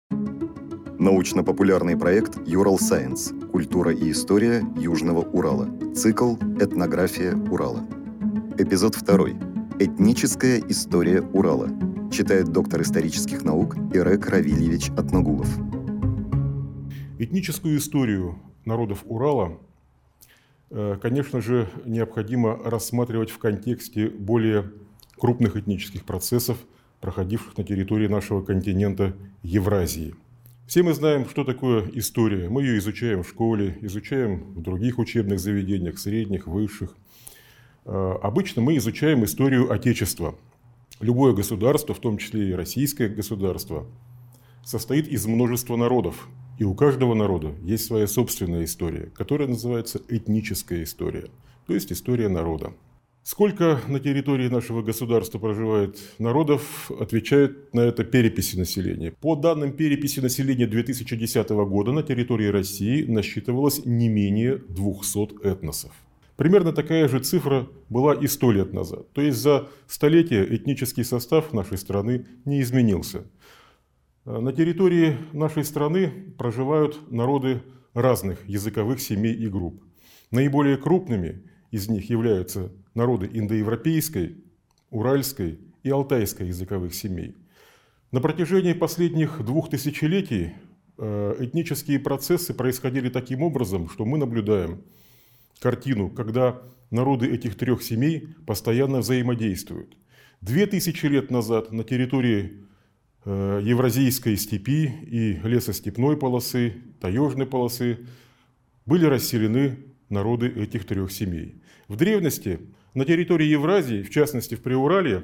Научно-популярный проект «Ural Science. Культура и история Южного Урала». Цикл «Этнография Урала». Эпизод 2. Этническая история Урала. Читает доктор исторических наук Ирек Равильевич Атнагулов. Этническую историю народов Урала, конечно же, необходимо рассматривать в контексте более крупных этнических процессов, проходивших на территории нашего континента Евразии. Все мы знаем, что такое история. Мы ее изучаем в школе, изучаем в других учебных заведениях, средних, высших. Обычно мы изучаем историю Отечества. Любое государство, в том числе и российское государство, состоит из множества народов. И у каждого народа есть своя собственная история, которая называется этническая история, то есть история народа. Сколько на территории нашего государства проживает народов, отвечает на это переписи населения. По данным переписи населения 2010 года на территории России насчитывалось не менее 200 этносов. Примерно такая же цифра была и 100 лет назад. То есть за столетие этнический состав нашей страны не изменился. На территории нашей страны проживают народы разных языковых семей и групп. Наиболее крупными из них являются народы индоевропейской, уральской и алтайской языковых семей. На протяжении последних 2 тысячелетий этнические процессы происходили таким образом, что мы наблюдаем картину, когда народы этих 3 семей постоянно взаимодействуют. 2000 лет назад на территории Евразийской степи и лесостепной полосы, таежной полосы были расселены народы этих 3 семей. В древности на территории Евразии, в частности в Приуралье,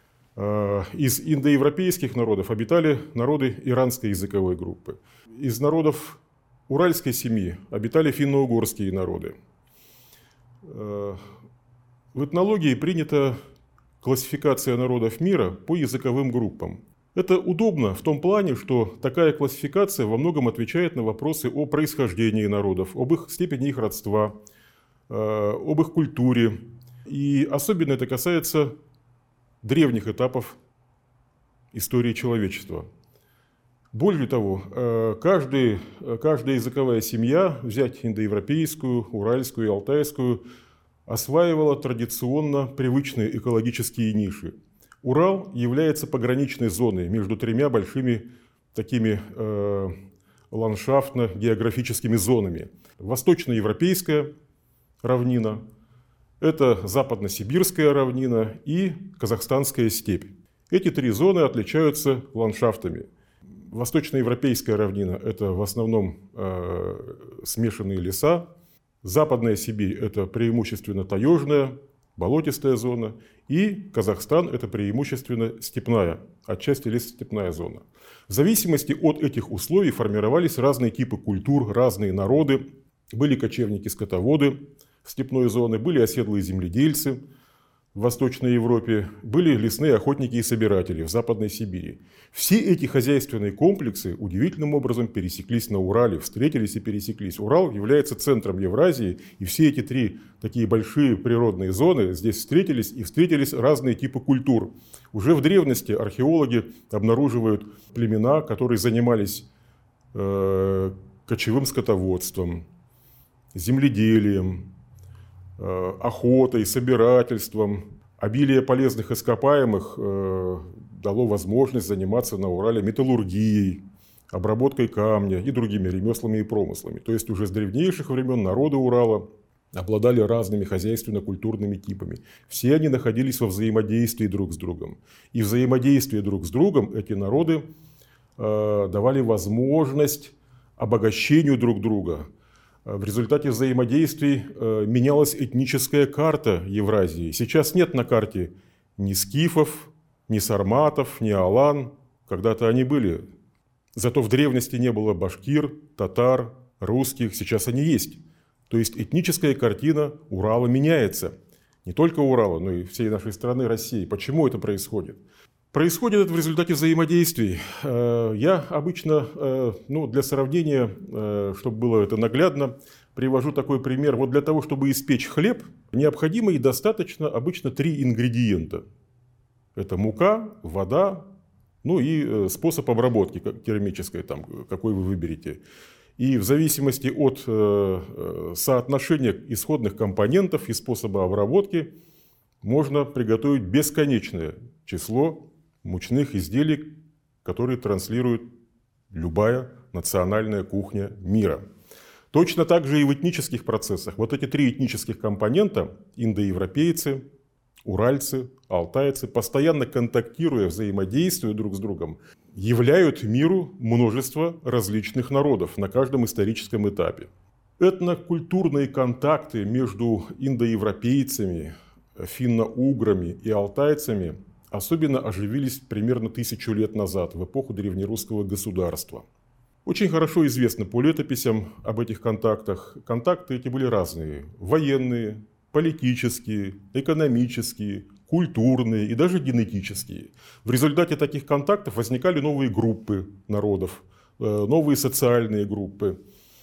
из индоевропейских народов обитали народы иранской языковой группы. Из народов уральской семьи обитали финно-угорские народы. В этнологии принята классификация народов мира по языковым группам. Это удобно в том плане, что такая классификация во многом отвечает на вопросы о происхождении народов, об их степени их родства, об их культуре. И особенно это касается древних этапов истории человечества. Более того, каждая языковая семья, взять индоевропейскую, уральскую и алтайскую, осваивала традиционно привычные экологические ниши. Урал является пограничной зоной между 3 большими такими ландшафтно-географическими зонами. Восточноевропейская равнина, это западно-сибирская равнина и казахстанская степь. Эти 3 зоны отличаются ландшафтами. Восточноевропейская равнина – это в основном смешанные леса. Западная Сибирь – это преимущественно таежная, болотистая зона. И Казахстан – это преимущественно степная, отчасти лесостепная зона. В зависимости от этих условий формировались разные типы культур, разные народы. Были кочевники-скотоводы степной зоны, были оседлые земледельцы в Восточной Европе, были лесные охотники и собиратели в Западной Сибири. Все эти хозяйственные комплексы удивительным образом пересеклись на Урале, встретились и пересеклись. Урал является центром Евразии, и все эти 3 такие большие природные зоны здесь встретились, и встретились разные типы культур. Уже в древности археологи обнаруживают племена, которые занимались кочевым скотоводством, земледелием, охотой, собирательством. Обилие полезных ископаемых дало возможность заниматься на Урале металлургией, обработкой камня и другими ремеслами и промыслами. То есть уже с древнейших времен народы Урала обладали разными хозяйственно-культурными типами. Все они находились во взаимодействии друг с другом. И взаимодействие друг с другом эти народы давали возможность обогащению друг друга. В результате взаимодействий менялась этническая карта Евразии. Сейчас нет на карте ни скифов, ни сарматов, ни алан. Когда-то они были. Зато в древности не было башкир, татар, русских. Сейчас они есть. То есть этническая картина Урала меняется. Не только Урала, но и всей нашей страны, России. Почему это происходит? Происходит это в результате взаимодействий. Я обычно, для сравнения, чтобы было это наглядно, привожу такой пример. Вот для того, чтобы испечь хлеб, необходимо и достаточно обычно 3 ингредиента. Это мука, вода ну и способ обработки керамической, какой вы выберете. И в зависимости от соотношения исходных компонентов и способа обработки можно приготовить бесконечное число мучных изделий, которые транслирует любая национальная кухня мира. Точно так же и в этнических процессах. Вот эти три этнических компонента – индоевропейцы, уральцы, алтайцы, постоянно контактируя, взаимодействуя друг с другом, являют миру множество различных народов на каждом историческом этапе. Этнокультурные контакты между индоевропейцами, финно-уграми и алтайцами особенно оживились примерно 1000 лет назад, в эпоху древнерусского государства. Очень хорошо известно по летописям об этих контактах. Контакты эти были разные – военные, политические, экономические, культурные и даже генетические. В результате таких контактов возникали новые группы народов, новые социальные группы.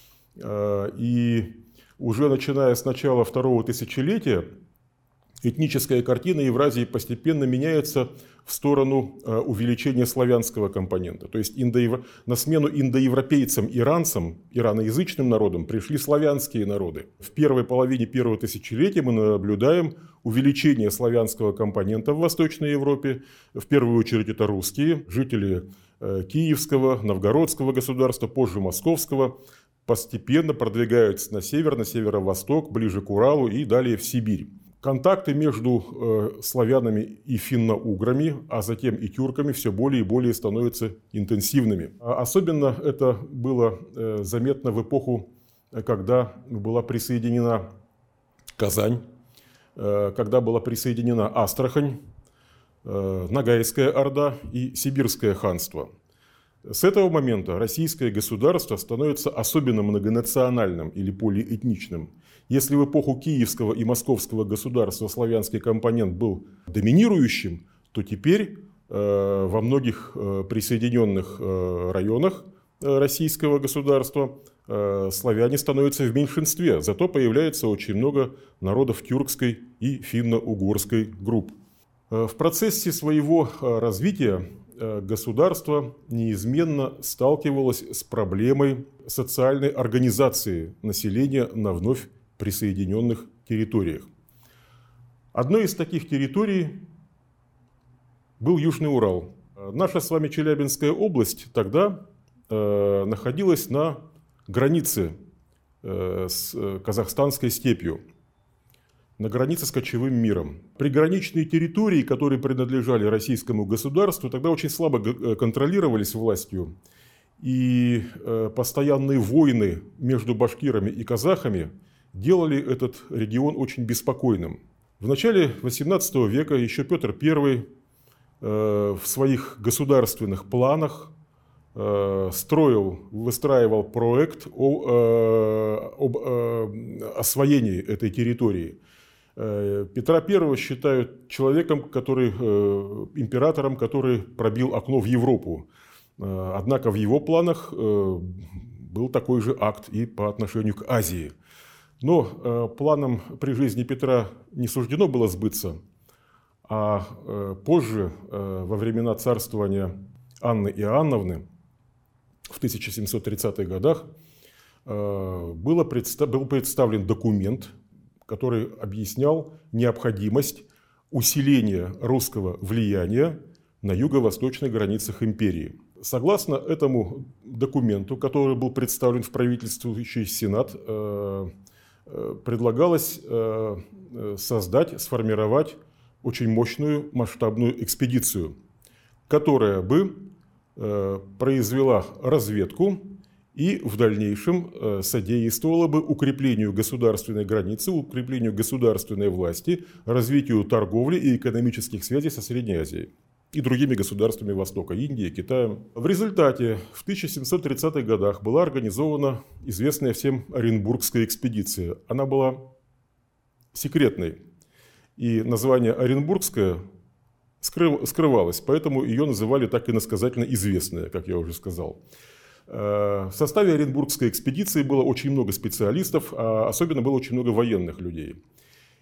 И уже начиная с начала второго тысячелетия этническая картина Евразии постепенно меняется в сторону увеличения славянского компонента. То есть на смену индоевропейцам, иранцам, ираноязычным народам пришли славянские народы. В первой половине первого тысячелетия мы наблюдаем увеличение славянского компонента в Восточной Европе. В первую очередь это русские, жители Киевского, Новгородского государства, позже Московского, постепенно продвигаются на север, на северо-восток, ближе к Уралу и далее в Сибирь. Контакты между славянами и финно-уграми, а затем и тюрками все более и более становятся интенсивными. Особенно это было заметно в эпоху, когда была присоединена Казань, когда была присоединена Астрахань, Ногайская Орда и Сибирское ханство. С этого момента российское государство становится особенно многонациональным или полиэтничным. Если в эпоху Киевского и Московского государства славянский компонент был доминирующим, то теперь во многих присоединенных районах российского государства славяне становятся в меньшинстве. Зато появляется очень много народов тюркской и финно-угорской групп. В процессе своего развития государство неизменно сталкивалось с проблемой социальной организации населения на вновь присоединенных территориях. Одной из таких территорий был Южный Урал. Наша с вами Челябинская область тогда находилась на границе с Казахстанской степью, на границе с кочевым миром. Приграничные территории, которые принадлежали российскому государству, тогда очень слабо контролировались властью. И постоянные войны между башкирами и казахами делали этот регион очень беспокойным. В начале XVIII века еще Петр I в своих государственных планах выстраивал проект об освоении этой территории. Петра I считают человеком, императором, который пробил окно в Европу. Однако в его планах был такой же акт и по отношению к Азии. Но планам при жизни Петра не суждено было сбыться, а позже, во времена царствования Анны Иоанновны, в 1730-х годах, был представлен документ, который объяснял необходимость усиления русского влияния на юго-восточных границах империи. Согласно этому документу, который был представлен в правительствующий Сенат, предлагалось сформировать очень мощную масштабную экспедицию, которая бы произвела разведку и в дальнейшем содействовала бы укреплению государственной границы, укреплению государственной власти, развитию торговли и экономических связей со Средней Азией и другими государствами Востока, Индией, Китаем. В результате в 1730-х годах была организована известная всем Оренбургская экспедиция. Она была секретной, и название Оренбургская скрывалось, поэтому ее называли так иносказательно известная, как я уже сказал. В составе Оренбургской экспедиции было очень много специалистов, а особенно было очень много военных людей.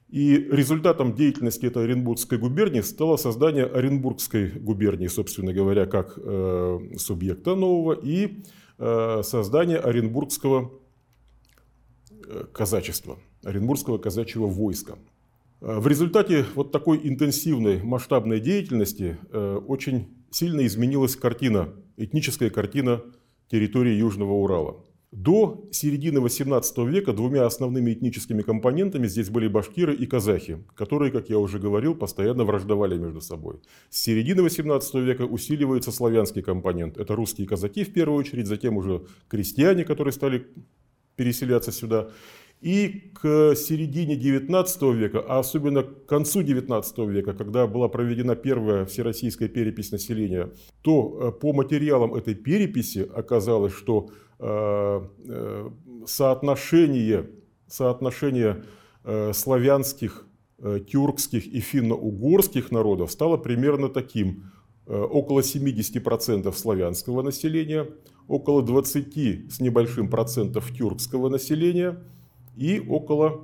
И результатом деятельности этой Оренбургской губернии стало создание Оренбургской губернии, собственно говоря, как субъекта нового, и создание Оренбургского казачества, Оренбургского казачьего войска. В результате вот такой интенсивной масштабной деятельности очень сильно изменилась этническая картина территории Южного Урала. До середины XVIII века двумя основными этническими компонентами здесь были башкиры и казахи, которые, как я уже говорил, постоянно враждовали между собой. С середины XVIII века усиливается славянский компонент. Это русские казаки в первую очередь, затем уже крестьяне, которые стали переселяться сюда. И к середине XIX века, а особенно к концу XIX века, когда была проведена первая всероссийская перепись населения, то по материалам этой переписи оказалось, что соотношение славянских, тюркских и финно-угорских народов стало примерно таким. Около 70% славянского населения, около 20 с небольшим процентов тюркского населения и около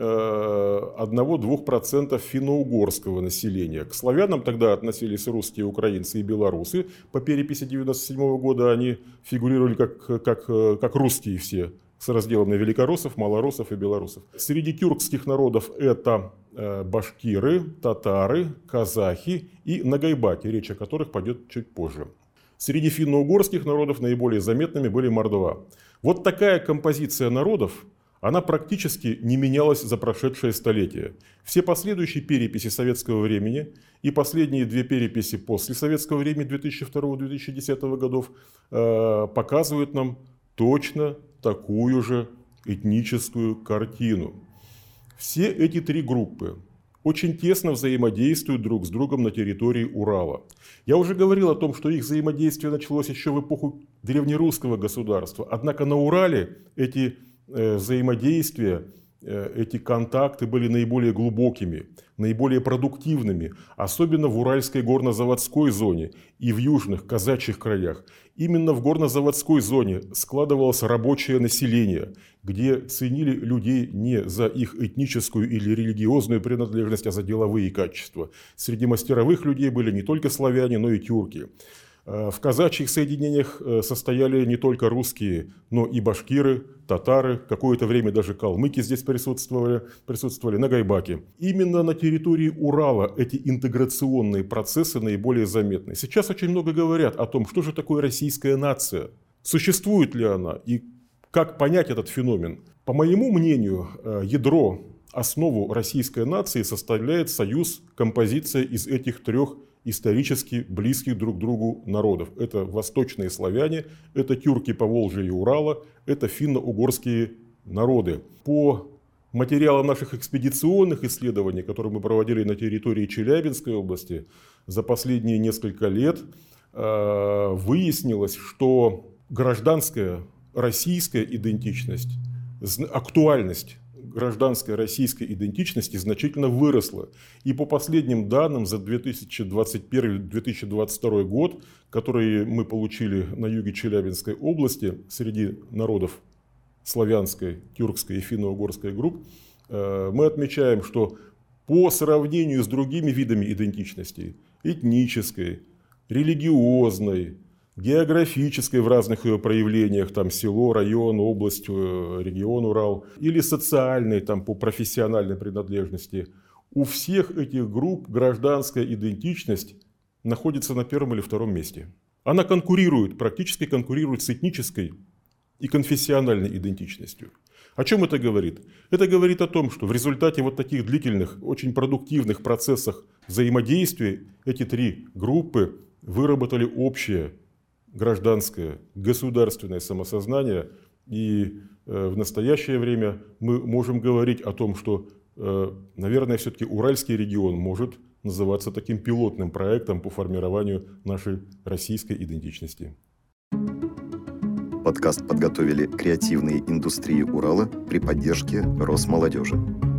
1-2% финно-угорского населения. К славянам тогда относились русские, украинцы и белорусы. По переписи 1997 года они фигурировали как русские все, с разделом на великороссов, малороссов и белорусов. Среди тюркских народов это башкиры, татары, казахи и нагайбаки, речь о которых пойдет чуть позже. Среди финно-угорских народов наиболее заметными были мордва. Вот такая композиция народов, она практически не менялась за прошедшее столетие. Все последующие переписи советского времени и последние две переписи после советского времени 2002-2010 годов показывают нам точно такую же этническую картину. Все эти три группы очень тесно взаимодействуют друг с другом на территории Урала. Я уже говорил о том, что их взаимодействие началось еще в эпоху древнерусского государства. Однако на Урале эти взаимодействия, эти контакты были наиболее глубокими, наиболее продуктивными, особенно в Уральской горнозаводской зоне и в южных казачьих краях. Именно в горнозаводской зоне складывалось рабочее население, где ценили людей не за их этническую или религиозную принадлежность, а за деловые качества. Среди мастеровых людей были не только славяне, но и тюрки. В казачьих соединениях состояли не только русские, но и башкиры, татары, какое-то время даже калмыки здесь присутствовали, нагайбаки. Именно на территории Урала эти интеграционные процессы наиболее заметны. Сейчас очень много говорят о том, что же такое российская нация, существует ли она и как понять этот феномен. По моему мнению, основу российской нации составляет союз, композиция из этих трех исторически близких друг другу народов. Это восточные славяне, это тюрки Поволжья и Урала, это финно-угорские народы. По материалам наших экспедиционных исследований, которые мы проводили на территории Челябинской области за последние несколько лет, выяснилось, что гражданская российская идентичность, актуальность гражданской российской идентичности значительно выросла. И по последним данным за 2021-2022 год, которые мы получили на юге Челябинской области среди народов славянской, тюркской и финно-угорской групп, мы отмечаем, что по сравнению с другими видами идентичности, этнической, религиозной, географической в разных ее проявлениях, там село, район, область, регион Урал, или социальной, там по профессиональной принадлежности, у всех этих групп гражданская идентичность находится на первом или втором месте. Она практически конкурирует с этнической и конфессиональной идентичностью. О чем это говорит? Это говорит о том, что в результате вот таких длительных, очень продуктивных процессов взаимодействия эти три группы выработали общее гражданское, государственное самосознание. И в настоящее время мы можем говорить о том, что, наверное, все-таки Уральский регион может называться таким пилотным проектом по формированию нашей российской идентичности. Подкаст подготовили креативные индустрии Урала при поддержке Росмолодежи.